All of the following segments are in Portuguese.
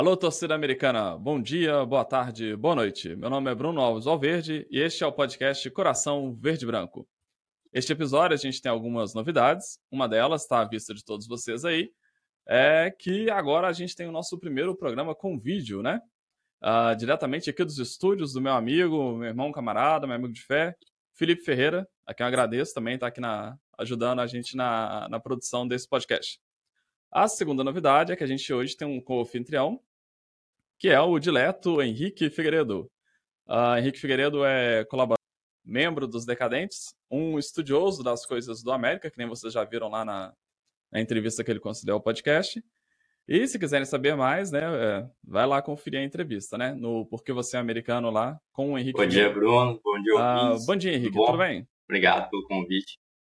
Alô, torcida americana, bom dia, boa tarde, boa noite. Meu nome é Bruno Alves Valverde e este é o podcast Coração Verde e Branco. Este episódio a gente tem algumas novidades, uma delas está à vista de todos vocês aí, é que agora a gente tem o nosso primeiro programa com vídeo, né? Diretamente aqui dos estúdios do meu amigo, meu irmão camarada, meu amigo de fé, Felipe Ferreira, a quem eu agradeço também, está aqui ajudando a gente na produção desse podcast. A segunda novidade é que a gente hoje tem um co-anfitrião, que é o dileto Henrique Figueiredo. Henrique Figueiredo é colaborador, membro dos Decadentes, um estudioso das coisas do América, que nem vocês já viram lá na entrevista que ele concedeu ao podcast. E se quiserem saber mais, né, vai lá conferir a entrevista, né, no Porque Você é Americano lá, com o Henrique Bom dia, Figueiredo. Bruno. Bom dia, ouvintes. Bom dia, Henrique. Tudo bom? Tudo bem? Obrigado pelo convite.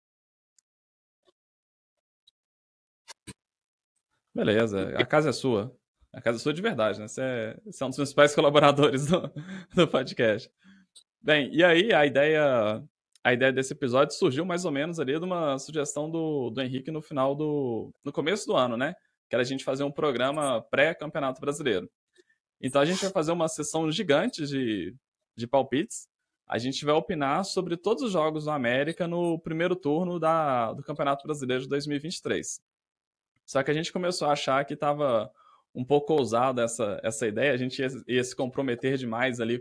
Beleza. A casa é sua. A casa é sua de verdade, né? Você é um dos principais colaboradores do podcast. Bem, e aí a ideia desse episódio surgiu mais ou menos ali de uma sugestão do Henrique no começo do ano, né? Que era a gente fazer um programa pré-campeonato brasileiro. Então a gente vai fazer uma sessão gigante de palpites. A gente vai opinar sobre todos os jogos do América no primeiro turno do Campeonato Brasileiro de 2023. Só que a gente começou a achar que estava um pouco ousada essa ideia. A gente ia se comprometer demais ali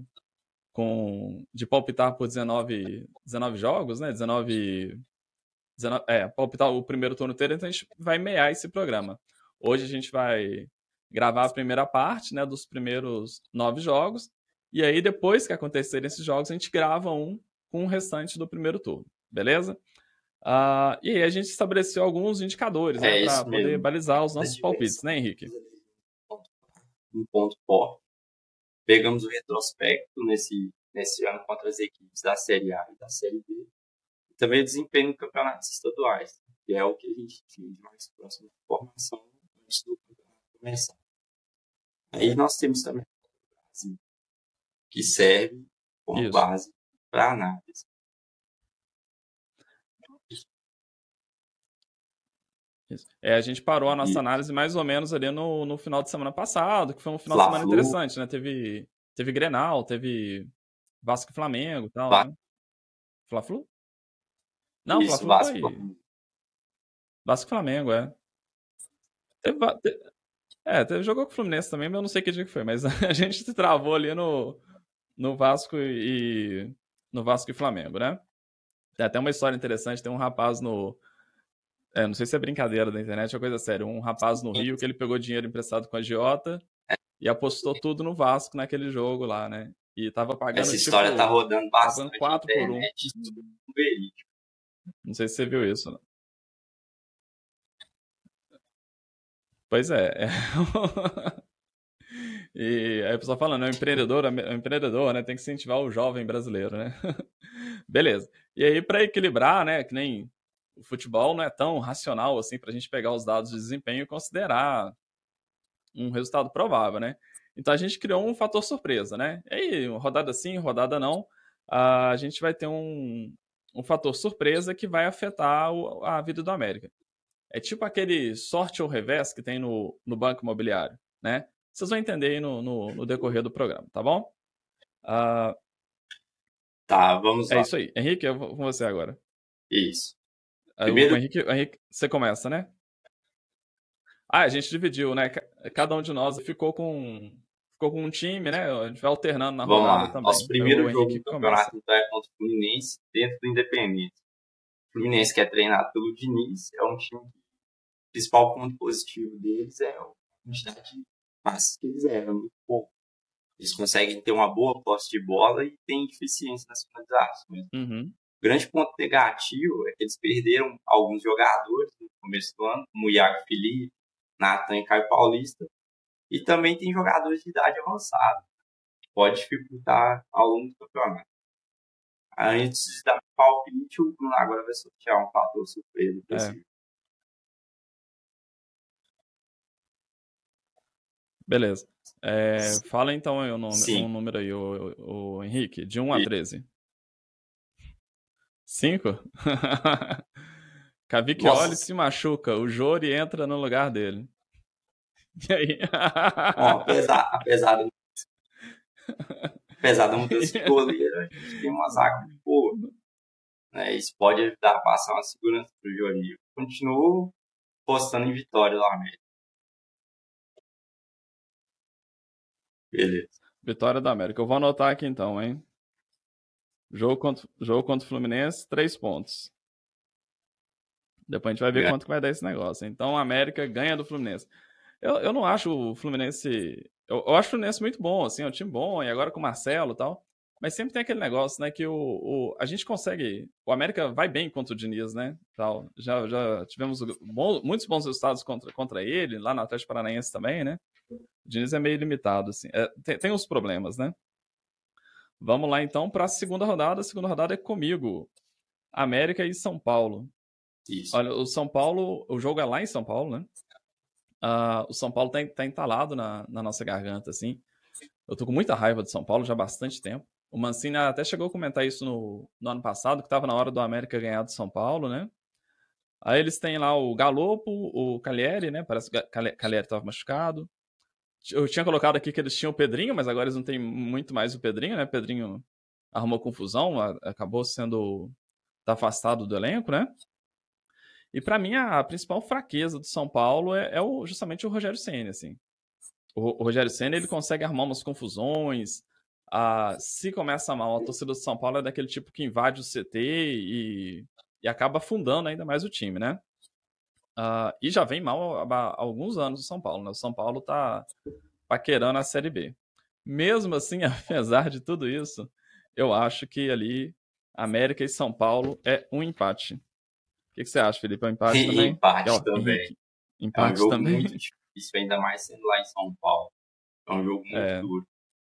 de palpitar por 19 jogos, né? 19, palpitar o primeiro turno inteiro, então a gente vai meiar esse programa. Hoje a gente vai gravar a primeira parte, né, dos primeiros 9 jogos, e aí depois que acontecerem esses jogos, a gente grava um com o restante do primeiro turno, beleza? E aí a gente estabeleceu alguns indicadores, né, para poder balizar os nossos palpites, né, Henrique? Um ponto forte. Pegamos o retrospecto nesse ano contra as equipes da Série A e da Série B. E também o desempenho em campeonatos estaduais, que é o que a gente tinha de mais próxima informação antes do campeonato começar. Aí nós temos também o Brasil, que serve como base para análise. A gente parou a nossa análise mais ou menos ali no final de semana passado, que foi um final de semana interessante, né? Teve Grenal, teve Vasco e Flamengo e tal, né? Fla-Flu? Não, Isso, Fla-Flu foi Vasco e Flamengo, é. Jogou com o Fluminense também, mas eu não sei que dia que foi, mas a gente se travou ali no Vasco no Vasco e Flamengo, né? Tem até uma história interessante, tem um rapaz não sei se é brincadeira da internet ou coisa séria. Um rapaz no Rio que ele pegou dinheiro emprestado com a agiota e apostou tudo no Vasco naquele jogo lá, né? E tava pagando, essa história tá rodando bastante 4 por 1. Verídico. Não sei se você viu isso, né? Pois é. E aí o pessoal falando, é um empreendedor, né? Tem que incentivar o jovem brasileiro, né? Beleza. E aí, para equilibrar, né? Que nem o futebol não é tão racional assim pra gente pegar os dados de desempenho e considerar um resultado provável, né? Então a gente criou um fator surpresa, né? E aí, rodada sim, rodada não, a gente vai ter um fator surpresa que vai afetar a vida do América. É tipo aquele sorte ou revés que tem no banco imobiliário, né? Vocês vão entender aí no decorrer do programa, tá bom? Tá, vamos lá. É isso aí. Henrique, eu vou com você agora. Isso. Primeiro... Henrique, você começa, né? A gente dividiu, né? Cada um de nós ficou com um time, né? A gente vai alternando na rodada também. Nosso primeiro jogo do campeonato então é contra o Fluminense, dentro do Independente. O Fluminense, que é treinado pelo Diniz, é um time que o principal ponto positivo deles é a quantidade de passes que eles erram, muito pouco. Eles conseguem ter uma boa posse de bola e têm eficiência nas finalizações. Uhum. O grande ponto negativo é que eles perderam alguns jogadores no começo do ano, como o Iago Felipe, Nathan e Caio Paulista, e também tem jogadores de idade avançada, que pode dificultar ao longo do campeonato. Antes de dar palpite, o Bruno agora vai sortear um fator surpresa para esse jogo. Beleza. Fala então aí um número aí, o Henrique, de 1 a 13. 5? Cavicchioli se machuca, o Jori entra no lugar dele. E aí? Bom, apesar da mudança de goleiro, a gente tem uma zaga muito boa. Né? Isso pode ajudar a passar uma segurança para o Jorginho. Continuo postando em vitória lá mesmo. Beleza. Vitória da América. Eu vou anotar aqui então, hein? Jogo contra o Fluminense, 3 pontos. Depois a gente vai ver quanto que vai dar esse negócio. Então a América ganha do Fluminense. Eu não acho o Fluminense. Eu acho o Fluminense muito bom, assim, é um time bom, e agora com o Marcelo e tal. Mas sempre tem aquele negócio, né, que a gente consegue. O América vai bem contra o Diniz, né? Tal. Já tivemos muitos bons resultados contra ele, lá no Atlético Paranaense também, né? O Diniz é meio limitado, assim. Tem uns problemas, né? Vamos lá então para a segunda rodada. A segunda rodada é comigo. América e São Paulo. Isso. Olha, o São Paulo, o jogo é lá em São Paulo, né? O São Paulo tá entalado na nossa garganta, assim. Eu tô com muita raiva do São Paulo já há bastante tempo. O Mancini até chegou a comentar isso no ano passado, que tava na hora do América ganhar do São Paulo, né? Aí eles têm lá o Galopo, o Cagliari, né? Parece que o Cagliari tava machucado. Eu tinha colocado aqui que eles tinham o Pedrinho, mas agora eles não têm muito mais o Pedrinho, né? Pedrinho arrumou confusão, acabou sendo tá afastado do elenco, né? E para mim a principal fraqueza do São Paulo é justamente o Rogério Ceni, assim. O Rogério Ceni ele consegue arrumar umas confusões. Se começa mal, a torcida do São Paulo é daquele tipo que invade o CT e acaba afundando ainda mais o time, né? E já vem mal há alguns anos o São Paulo, né? O São Paulo tá paquerando a Série B. Mesmo assim, apesar de tudo isso, eu acho que ali América e São Paulo é um empate. O que você acha, Felipe? É um empate também? Empate também. Henrique, É um empate jogo também? muito difícil, ainda mais sendo lá em São Paulo. É um jogo muito duro.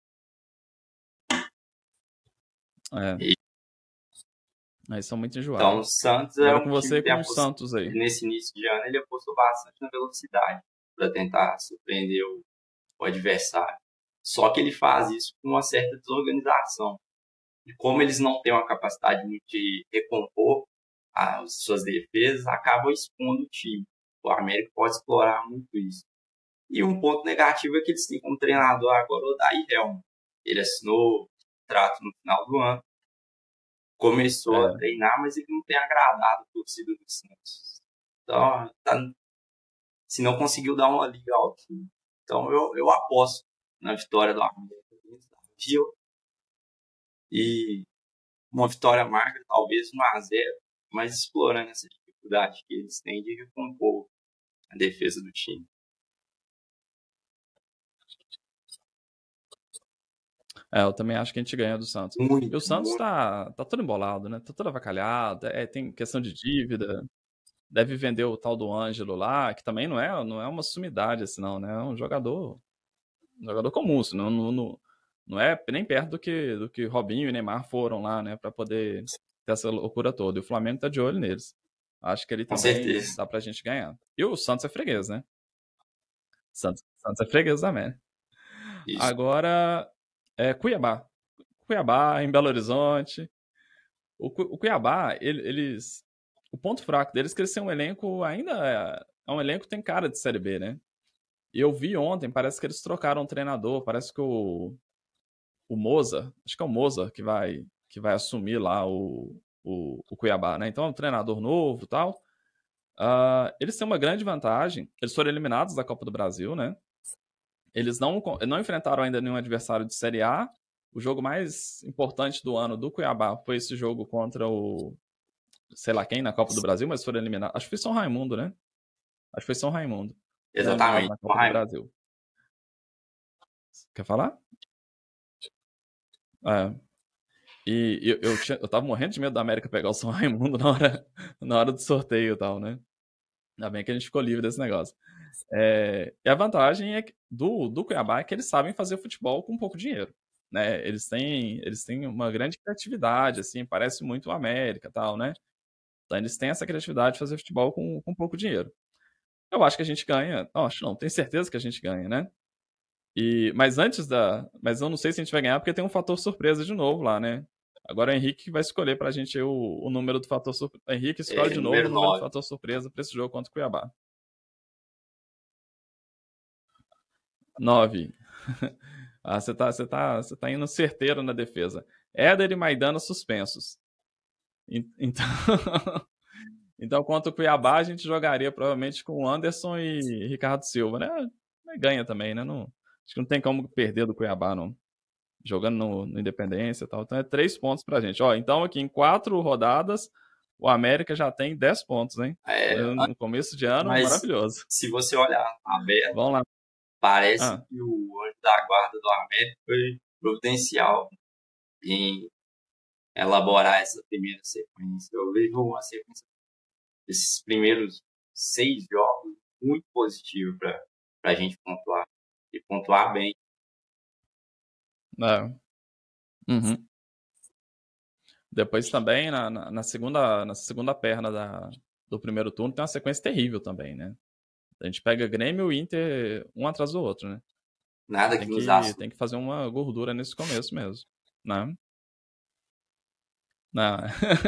É. Aí são muito Então, enjoados. o Santos Agora é com um time você que tem com o Santos aí. nesse início de ano ele apostou bastante na velocidade para tentar surpreender o adversário. Só que ele faz isso com uma certa desorganização. E como eles não têm uma capacidade muito de recompor as suas defesas, acabam expondo o time. O América pode explorar muito isso. E um ponto negativo é que eles têm como treinador agora o Odair Helma. Ele assinou o contrato no final do ano, começou a treinar, mas ele não tem agradado a torcida do Santos. Então, se não conseguiu dar uma liga ao time. Então, eu aposto na vitória do América e uma vitória marca, talvez 1-0, mas explorando essa dificuldade que eles têm de recompor a defesa do time. Eu também acho que a gente ganha do Santos. E o Santos tá todo embolado, né? Tá todo avacalhado, tem questão de dívida. Deve vender o tal do Ângelo lá, que também não é uma sumidade assim, não, né? É um jogador comum, assim, não é nem perto do que Robinho e Neymar foram lá, né? Pra poder ter essa loucura toda. E o Flamengo tá de olho neles. Acho que ele Com também certeza. dá pra gente ganhar. E o Santos é freguês, né? Santos é freguês da América. Isso. Agora, Cuiabá. Cuiabá, em Belo Horizonte. O Cuiabá, eles. O ponto fraco deles é que eles têm um elenco ainda. É um elenco que tem cara de Série B, né? E eu vi ontem, parece que eles trocaram um treinador. Parece que o Moza, acho que é o Moza que vai assumir lá o Cuiabá, né? Então é um treinador novo e tal. Eles têm uma grande vantagem. Eles foram eliminados da Copa do Brasil, né? Eles não enfrentaram ainda nenhum adversário de Série A. O jogo mais importante do ano do Cuiabá foi esse jogo contra o sei lá quem na Copa do Brasil, mas foram eliminados. Acho que foi São Raimundo, né? Acho que foi São Raimundo. Foram eliminados Exatamente. na Copa do Brasil. Quer falar? E eu tava morrendo de medo da América pegar o São Raimundo na hora do sorteio e tal, né? Ainda bem que a gente ficou livre desse negócio. E a vantagem do Cuiabá é que eles sabem fazer futebol com pouco dinheiro. Né? Eles têm uma grande criatividade, assim, parece muito o América e tal, né? Então eles têm essa criatividade de fazer futebol com pouco dinheiro. Eu acho que a gente ganha. Não, tenho certeza que a gente ganha, né? Mas eu não sei se a gente vai ganhar porque tem um fator surpresa de novo lá, né? Agora o Henrique vai escolher pra gente o número do fator surpresa. Henrique escolhe de novo o número do fator surpresa pra esse jogo contra o Cuiabá. 9. Você tá indo certeiro na defesa. Éder e Maidana suspensos. Então, então, contra o Cuiabá, a gente jogaria provavelmente com Anderson e Ricardo Silva, né? Ganha também, né? Não, acho que não tem como perder do Cuiabá, não. Jogando no Independência e tal. Então é 3 pontos pra gente. Ó, então aqui em 4 rodadas, o América já tem 10 pontos, hein? No começo de ano, mas maravilhoso. se você olhar a tabela, Vamos lá. parece que o anjo da guarda do América foi providencial em elaborar essa primeira sequência. Eu vejo uma sequência desses primeiros 6 jogos muito positiva para a gente pontuar. E pontuar bem. Uhum. Depois também, na segunda perna do primeiro turno, tem uma sequência terrível também, né? A gente pega Grêmio e Inter um atrás do outro, né? Nada que nos assusta. Tem que fazer uma gordura nesse começo mesmo, né? Não.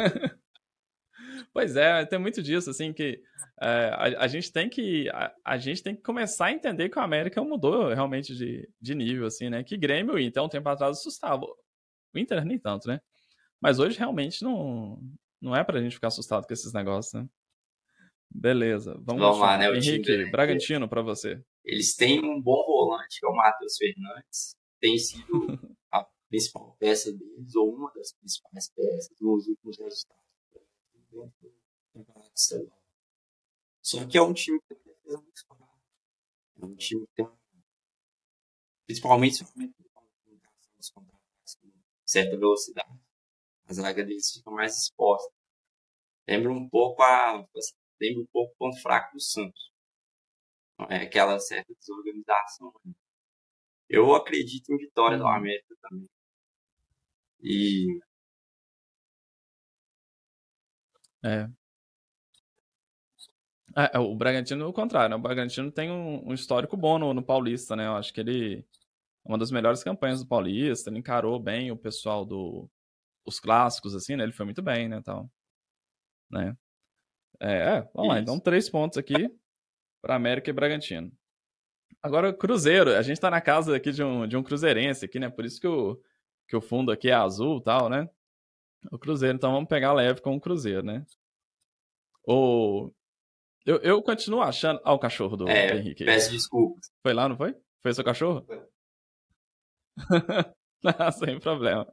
Pois é, tem muito disso, assim, que a gente tem que a gente tem que começar a entender que o América mudou realmente de nível, assim, né? Que Grêmio e Inter, um tempo atrás, assustava. O Inter nem tanto, né? Mas hoje realmente não é pra gente ficar assustado com esses negócios, né? Beleza, vamos lá, continuar. né? O Henrique, Bragantino pra você. Eles têm um bom volante, que é o Matheus Fernandes. Tem sido a principal peça deles, ou uma das principais peças, nos últimos resultados do campeonato estadual. Só que é um time que tem defesa muito fraca. É um time que tem, principalmente nos contra-ataques com certa velocidade, a zaga deles fica mais exposta. Lembra um pouco o ponto fraco do Santos. É aquela certa desorganização. Eu acredito em vitória do América também. E o Bragantino, ao contrário, né? O Bragantino tem um histórico bom no Paulista, né? Eu acho que ele é uma das melhores campanhas do Paulista, ele encarou bem o pessoal os clássicos, assim, né? Ele foi muito bem, né, tal. Né? Vamos lá. Então, 3 pontos aqui para América e Bragantino. Agora, Cruzeiro. A gente tá na casa aqui de um cruzeirense aqui, né? Por isso que o fundo aqui é azul e tal, né? O Cruzeiro. Então, vamos pegar leve com o Cruzeiro, né? Eu continuo achando... o cachorro do Henrique. Peço desculpas. Foi lá, não foi? Foi seu cachorro? Foi. Não, sem problema.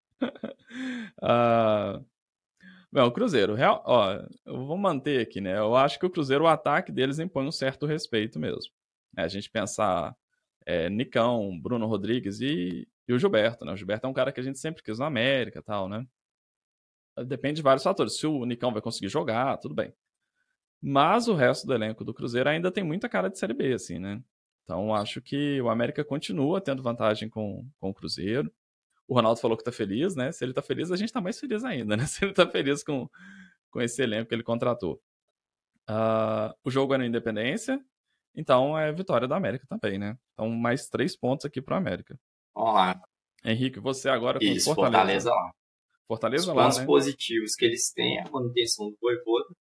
Bom, o Cruzeiro, eu vou manter aqui, né? Eu acho que o Cruzeiro, o ataque deles impõe um certo respeito mesmo. A gente pensar Nicão, Bruno Rodrigues e o Gilberto, né? O Gilberto é um cara que a gente sempre quis no América e tal, né? Depende de vários fatores. Se o Nicão vai conseguir jogar, tudo bem. Mas o resto do elenco do Cruzeiro ainda tem muita cara de Série B, assim, né? Então acho que o América continua tendo vantagem com o Cruzeiro. O Ronaldo falou que tá feliz, né? Se ele tá feliz, a gente tá mais feliz ainda, né? Se ele tá feliz com esse elenco que ele contratou. O jogo é no Independência, então é vitória do América também, né? Então mais 3 pontos aqui pro América. Vamos lá. Henrique, você agora com Isso, Fortaleza lá. Fortaleza Os lá, pontos né? positivos que eles têm é a manutenção do Vojvoda.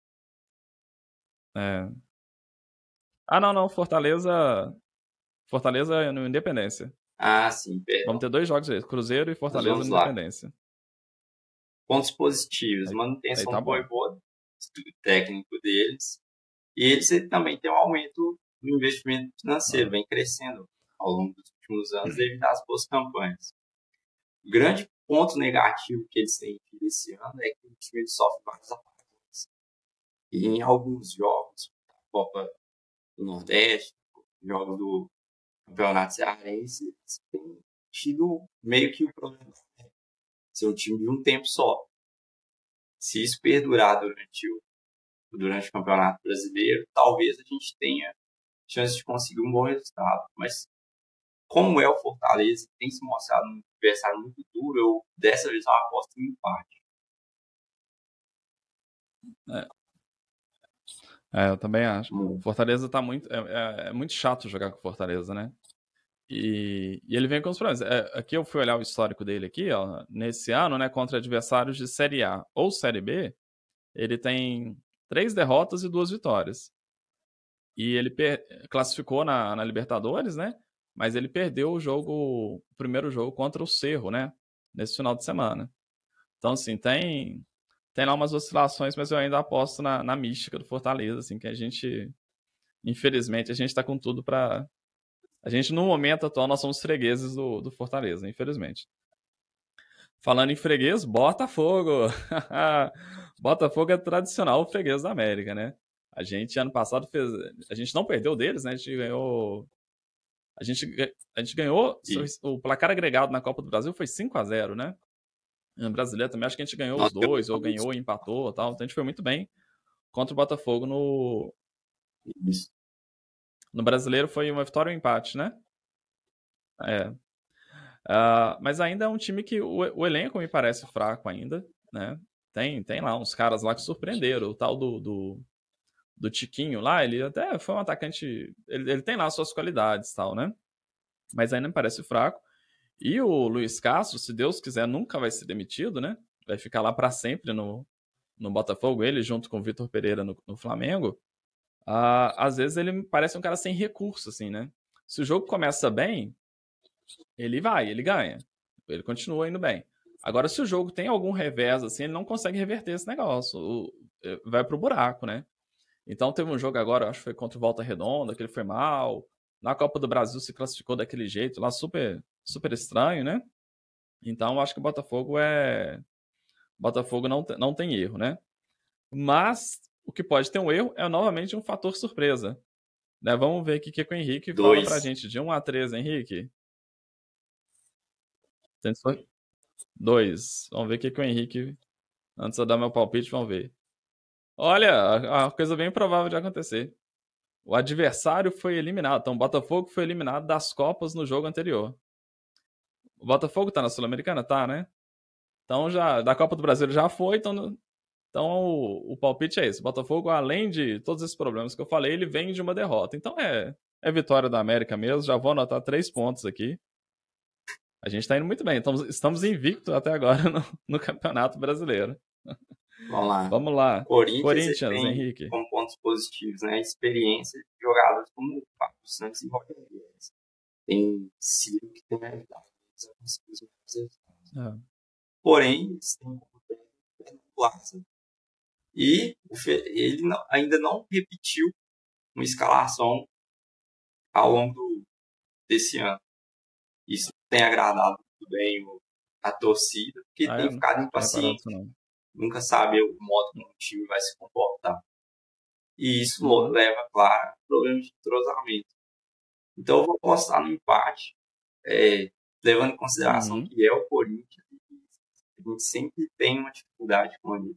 Não. Fortaleza é no Independência. Sim, perdão. Vamos ter 2 jogos aí, Cruzeiro e Fortaleza no Independência. Lá. Pontos positivos, manutenção do Vojvoda, estudo técnico deles. E eles também têm um aumento do investimento financeiro, vem crescendo ao longo dos últimos anos devido às boas campanhas. O grande ponto negativo que eles têm esse ano é que o time sofre vários apagões. E em alguns jogos, Copa do Nordeste, jogos do Campeonato Cearense, eles têm tido meio que o problema de ser um time de um tempo só. Se isso perdurar durante o Campeonato Brasileiro, talvez a gente tenha chance de conseguir um bom resultado. Mas como é o Fortaleza, tem se mostrado um adversário muito duro, eu dessa vez eu aposto em empate. Eu também acho. Fortaleza tá muito... É muito chato jogar com Fortaleza, né? E ele vem com os problemas. Aqui eu fui olhar o histórico dele aqui, ó, nesse ano, né, contra adversários de Série A ou Série B, ele tem 3 derrotas e 2 vitórias. E ele classificou na Libertadores, né? mas ele perdeu o primeiro jogo contra o Cerro, né? Nesse final de semana. Então, assim, tem lá umas oscilações, mas eu ainda aposto na mística do Fortaleza, assim, que a gente, infelizmente, a gente tá com tudo pra... A gente, no momento atual, nós somos fregueses do Fortaleza, infelizmente. Falando em freguês, Botafogo! Botafogo é tradicional freguês da América, né? A gente, ano passado, fez... A gente não perdeu deles, né? A gente ganhou... A gente ganhou... O placar agregado na Copa do Brasil foi 5-0, né? No Brasileiro também, acho que a gente ganhou os Nossa, dois, ou ganhou e empatou e tal. Então a gente foi muito bem contra o Botafogo isso. no Brasileiro. Foi uma vitória ou um empate, né? É. Mas ainda é um time que o elenco me parece fraco ainda, né? Tem lá uns caras lá que surpreenderam. O tal do Tiquinho lá, ele até foi um atacante. Ele tem lá suas qualidades e tal, né? Mas ainda me parece fraco. E o Luiz Castro, se Deus quiser, nunca vai ser demitido, né? Vai ficar lá para sempre no Botafogo, ele junto com o Vitor Pereira no Flamengo. Às vezes ele me parece um cara sem recurso, assim, né? Se o jogo começa bem, ele ganha. Ele continua indo bem. Agora, se o jogo tem algum revés, assim, ele não consegue reverter esse negócio. Vai pro buraco, né? Então teve um jogo agora, acho que foi contra o Volta Redonda, que ele foi mal. Na Copa do Brasil se classificou daquele jeito lá, super, super estranho, né? Então acho que o Botafogo não tem erro, né? Mas o que pode ter um erro é novamente um fator surpresa. Né? Vamos ver o que o Henrique fala pra 2. gente. De 1-3, Henrique. Tem só 2. Vamos ver o que o Henrique... Antes de eu dar meu palpite, vamos ver. Olha, a coisa bem provável de acontecer. O adversário foi eliminado. Então, o Botafogo foi eliminado das Copas no jogo anterior. O Botafogo tá na Sul-Americana? Tá, né? Então, já da Copa do Brasil ele já foi. Então o palpite é esse. O Botafogo, além de todos esses problemas que eu falei, ele vem de uma derrota. Então é vitória da América mesmo. Já vou anotar 3 pontos aqui. A gente tá indo muito bem. Estamos invictos até agora no Campeonato Brasileiro. Vamos lá. Vamos lá. Corinthians ele Corinthians, tem Henrique. como pontos positivos, né? Experiência de jogadores como o Fábio Santos e Roger Guedes. Tem Ciro que tem ajudado a conseguir os melhores resultados. Porém, eles têm como técnico Plaza. E ele ainda não repetiu uma escalação ao longo desse ano. Isso tem agradado muito bem a torcida, porque tem ficado impaciente. Nunca sabe o modo como o time vai se comportar. E isso leva, claro, a problemas de entrosamento. Então eu vou apostar no empate, levando em consideração que é o Corinthians. A gente sempre tem uma dificuldade com ele.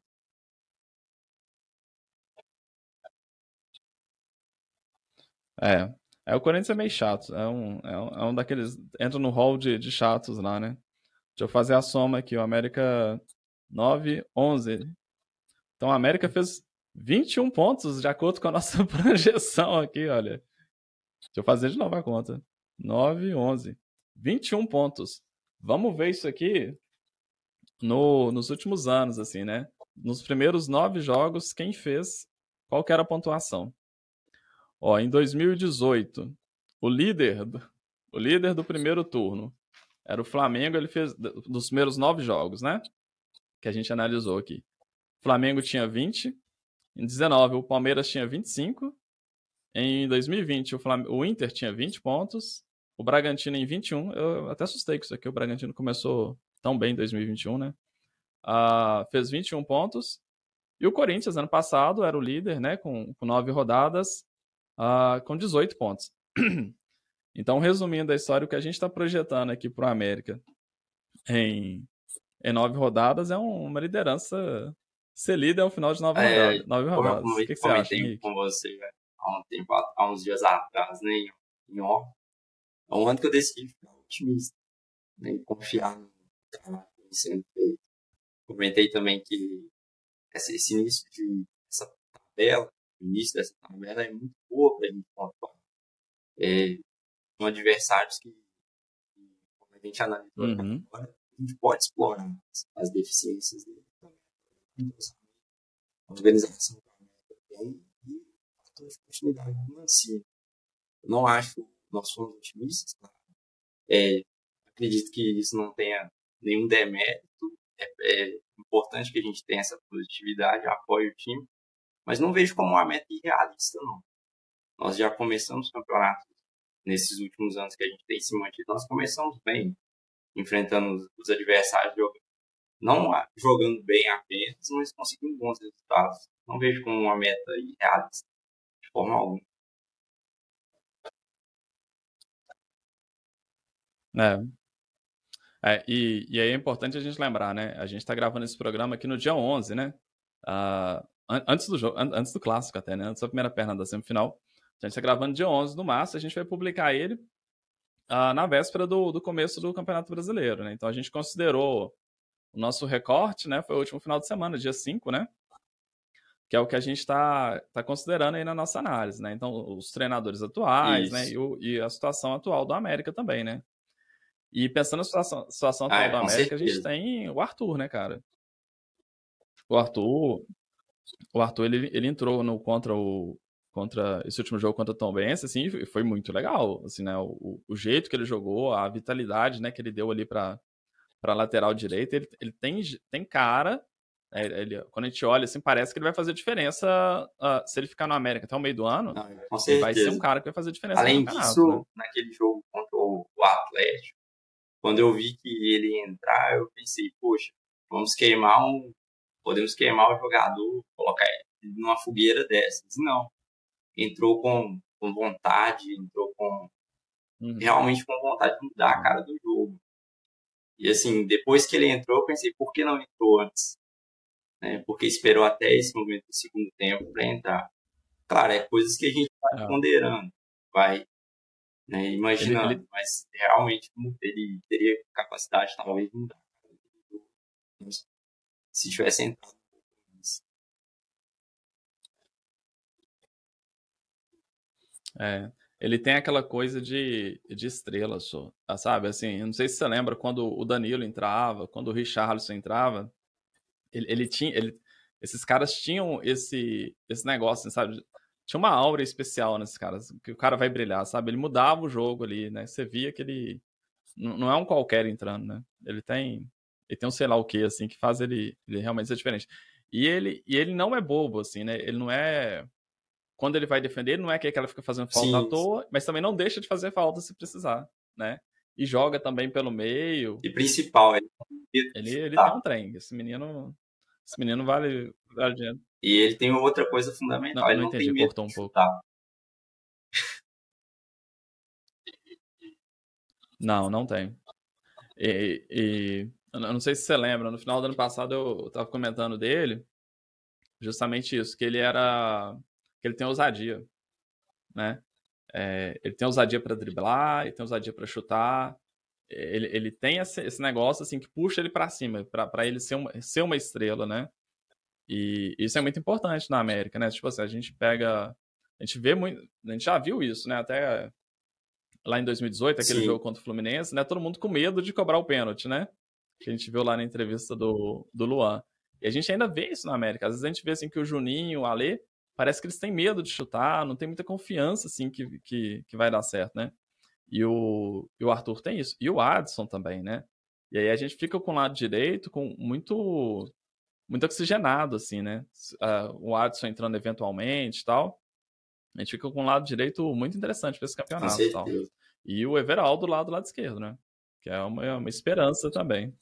O Corinthians é meio chato. É um daqueles. Entra no hall de chatos lá, né? Deixa eu fazer a soma aqui. O América 9, 11. Então a América fez 21 pontos, de acordo com a nossa projeção aqui, olha. Deixa eu fazer de novo a conta. 9, 11. 21 pontos. Vamos ver isso aqui nos últimos anos, assim, né? Nos primeiros 9 jogos, quem fez? Qual que era a pontuação? Ó, em 2018, o líder do primeiro turno era o Flamengo. Ele fez dos primeiros 9 jogos, né? Que a gente analisou aqui. O Flamengo tinha 20. Em 19, o Palmeiras tinha 25. Em 2020, o Inter tinha 20 pontos. O Bragantino em 21. Eu até assustei com isso aqui. O Bragantino começou tão bem em 2021, né? Fez 21 pontos. E o Corinthians, ano passado, era o líder, né? Com 9 rodadas, com 18 pontos. Então, resumindo a história, o que a gente está projetando aqui para o América em 9 rodadas é uma liderança ser líder ao final de 9 rodadas. O que você acha, Henrique? Com você há uns dias atrás, né, em off, é um ano que eu decidi ficar otimista, né, e confiar no trabalho que vem sendo feito. Comentei também que esse início dessa tabela, o início dessa tabela é muito boa para a gente pontuar. São adversários que, como a gente analisou agora, a gente pode explorar as deficiências dele também. A organização também e a continuidade do Mancini. Eu não acho nós somos otimistas, claro. Acredito que isso não tenha nenhum demérito. É importante que a gente tenha essa positividade, apoie o time, mas não vejo como uma meta irrealista, não. Nós já começamos o campeonato nesses últimos anos que a gente tem se mantido, nós começamos bem, enfrentando os adversários, não jogando bem apenas, mas conseguindo bons resultados. Não vejo como uma meta irrealista, de forma alguma. E aí é importante a gente lembrar, né? A gente está gravando esse programa aqui no dia 11, né? Antes do jogo, antes do clássico até, né? Antes da primeira perna da semifinal. A gente está gravando dia 11 do março, a gente vai publicar ele na véspera do começo do Campeonato Brasileiro, né? Então a gente considerou o nosso recorte, né? Foi o último final de semana, dia 5, né? Que é o que a gente está considerando aí na nossa análise, né? Então, os treinadores atuais, né? E a situação atual do América também, né? E pensando na situação atual do América, certeza. A gente tem o Arthur, né, cara? O Arthur ele entrou contra esse último jogo contra o Tombense, assim, e foi muito legal, assim, né? O jeito que ele jogou, a vitalidade, né, que ele deu ali para lateral direita, ele tem cara, quando a gente olha, assim, parece que ele vai fazer diferença se ele ficar no América até o meio do ano. Com certeza. Ele vai ser um cara que vai fazer diferença Além no campeonato, disso, né? naquele jogo contra o Atlético, quando eu vi que ele ia entrar, eu pensei, poxa, podemos queimar o jogador, colocar ele numa fogueira dessas. Não. Entrou com vontade, entrou realmente com vontade de mudar a cara do jogo. E assim, depois que ele entrou, eu pensei, por que não entrou antes? Né? Porque esperou até esse momento do segundo tempo para entrar. Claro, é coisas que a gente vai ponderando, vai, né, imaginando, mas realmente ele teria capacidade talvez de mudar. Se tivesse entrado. Ele tem aquela coisa de estrela, sabe? Assim, eu não sei se você lembra quando o Danilo entrava, quando o Richarlison entrava, esses caras tinham esse negócio, sabe? Tinha uma aura especial nesses caras, que o cara vai brilhar, sabe? Ele mudava o jogo ali, né? Você via que ele não é um qualquer entrando, né? Ele tem um sei lá o que, assim, que faz ele realmente ser diferente. E ele não é bobo, assim, né? Ele não é... Quando ele vai defender, ele não é que ela fica fazendo falta à toa, mas também não deixa de fazer falta se precisar, né? E joga também pelo meio. E principal, ele tem um trem. Esse menino vale dinheiro. E ele tem outra coisa fundamental, ele não entendi, tem medo cortou um de pouco. chutar. Não tem. Eu não sei se você lembra, no final do ano passado eu tava comentando dele, justamente isso, que ele tem ousadia, né? Ele tem ousadia para driblar, ele tem ousadia para chutar, ele tem esse negócio assim que puxa ele para cima, para ele ser uma estrela, né? E isso é muito importante na América, né? Tipo assim, a gente vê muito, a gente já viu isso, né? Até lá em 2018, aquele jogo contra o Fluminense, né? Todo mundo com medo de cobrar o pênalti, né? Que a gente viu lá na entrevista do Luan. E a gente ainda vê isso na América. Às vezes a gente vê assim que o Juninho, o Alê, parece que eles têm medo de chutar, não tem muita confiança assim que vai dar certo, né? E o Arthur tem isso. E o Adson também, né? E aí a gente fica com o lado direito com muito oxigenado, assim, né? O Adson entrando eventualmente e tal. A gente fica com um lado direito muito interessante para esse campeonato e tal. E o Everaldo do lado esquerdo, né? Que é uma esperança também.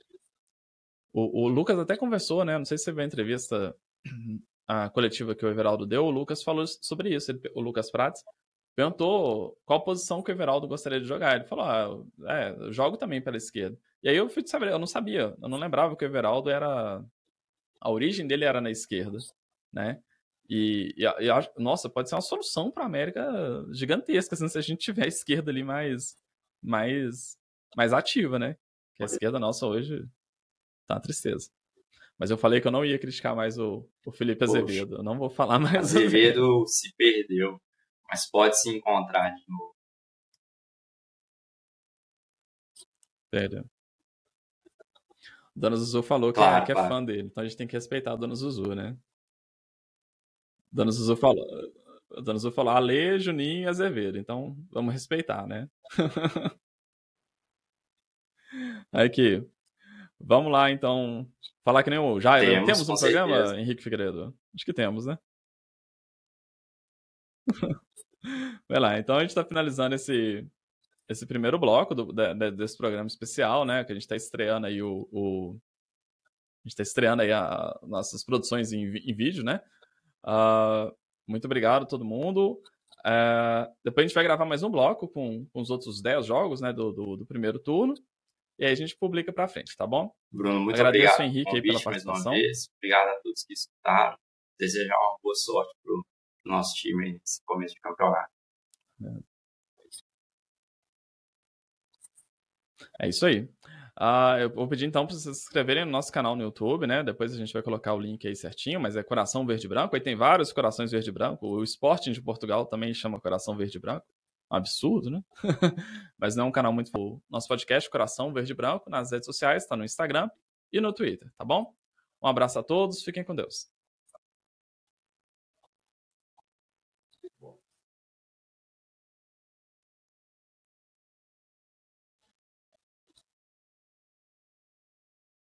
O Lucas até conversou, né? Não sei se você viu a entrevista a coletiva que o Everaldo deu. O Lucas falou sobre isso. O Lucas Prates perguntou qual posição que o Everaldo gostaria de jogar. Ele falou: eu jogo também pela esquerda. E aí eu fui saber, eu não sabia, eu não lembrava que o Everaldo a origem dele era na esquerda, né? Nossa, pode ser uma solução para a América gigantesca, assim, se a gente tiver a esquerda ali mais ativa, né? Que a esquerda nossa hoje tá uma tristeza. Mas eu falei que eu não ia criticar mais o Felipe Azevedo. Eu não vou falar mais. Azevedo se perdeu, mas pode se encontrar de novo. Sério. Dona Zuzu falou que é fã dele, então a gente tem que respeitar a Dona Zuzu, né? Dona Zuzu falou. O Dona Azul falou Ale, Juninho e Azevedo. Então, vamos respeitar, né? Aqui. Vamos lá, então. Falar que nem o Jairo. Temos um programa, certeza. Henrique Figueiredo? Acho que temos, né? Vai lá. Então, a gente está finalizando esse primeiro bloco desse programa especial, né? Que a gente está estreando aí a gente está estreando aí as nossas produções em vídeo, né? Muito obrigado a todo mundo. Depois a gente vai gravar mais um bloco com os outros 10 jogos, né? Do primeiro turno. E aí a gente publica pra frente, tá bom? Bruno, muito Agradeço obrigado ao Henrique aí pela participação. Mais uma vez. Obrigado a todos que escutaram. Desejar uma boa sorte pro nosso time nesse começo de campeonato. É isso aí. Eu vou pedir então para vocês se inscreverem no nosso canal no YouTube, né? Depois a gente vai colocar o link aí certinho, mas é Coração Verde e Branco. Aí tem vários Corações Verde e Branco. O Sporting de Portugal também chama Coração Verde e Branco. Um absurdo, né? Mas não é um canal muito... Nosso podcast Coração Verde e Branco nas redes sociais, tá no Instagram e no Twitter, tá bom? Um abraço a todos, fiquem com Deus.